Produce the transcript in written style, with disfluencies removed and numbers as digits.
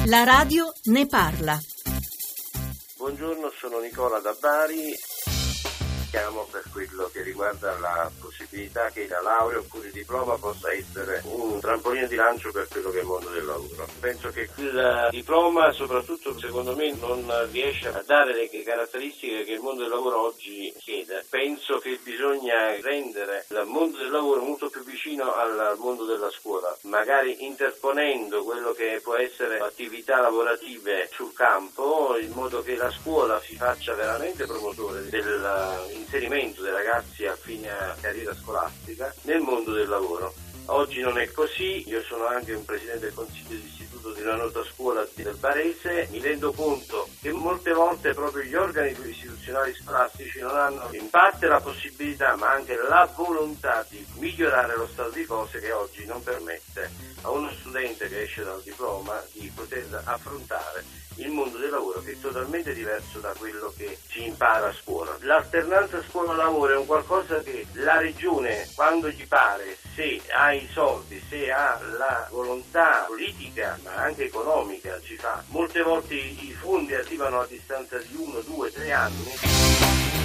La radio ne parla. Buongiorno, sono Nicola da Bari. Chiamo per quello che riguarda la possibilità che la laurea oppure il diploma possa essere un trampolino di lancio per quello che è il mondo del lavoro. Penso che il diploma, soprattutto secondo me, non riesce a dare le caratteristiche che il mondo del lavoro oggi chiede. Penso che bisogna rendere il mondo del lavoro molto più vicino al mondo della scuola, magari interponendo quello che può essere attività lavorative sul campo, in modo che la scuola si faccia veramente promotore dell'inserimento dei ragazzi a fine carriera scolastica nel mondo del lavoro. Oggi non è così, io sono anche un presidente del consiglio di istituto di una nota scuola del Barese, mi rendo conto che molte volte proprio gli organi istituzionali scolastici non hanno in parte la possibilità ma anche la volontà di migliorare lo stato di cose che oggi non permette a uno studente che esce dal diploma di poter affrontare il mondo del lavoro, che è totalmente diverso da quello che si impara a scuola. L'alternanza scuola-lavoro è un qualcosa che la regione, quando gli pare, se ha i soldi, se ha la volontà politica ma anche economica, ci fa. Molte volte i fondi arrivano a distanza di 1, 2, 3 anni.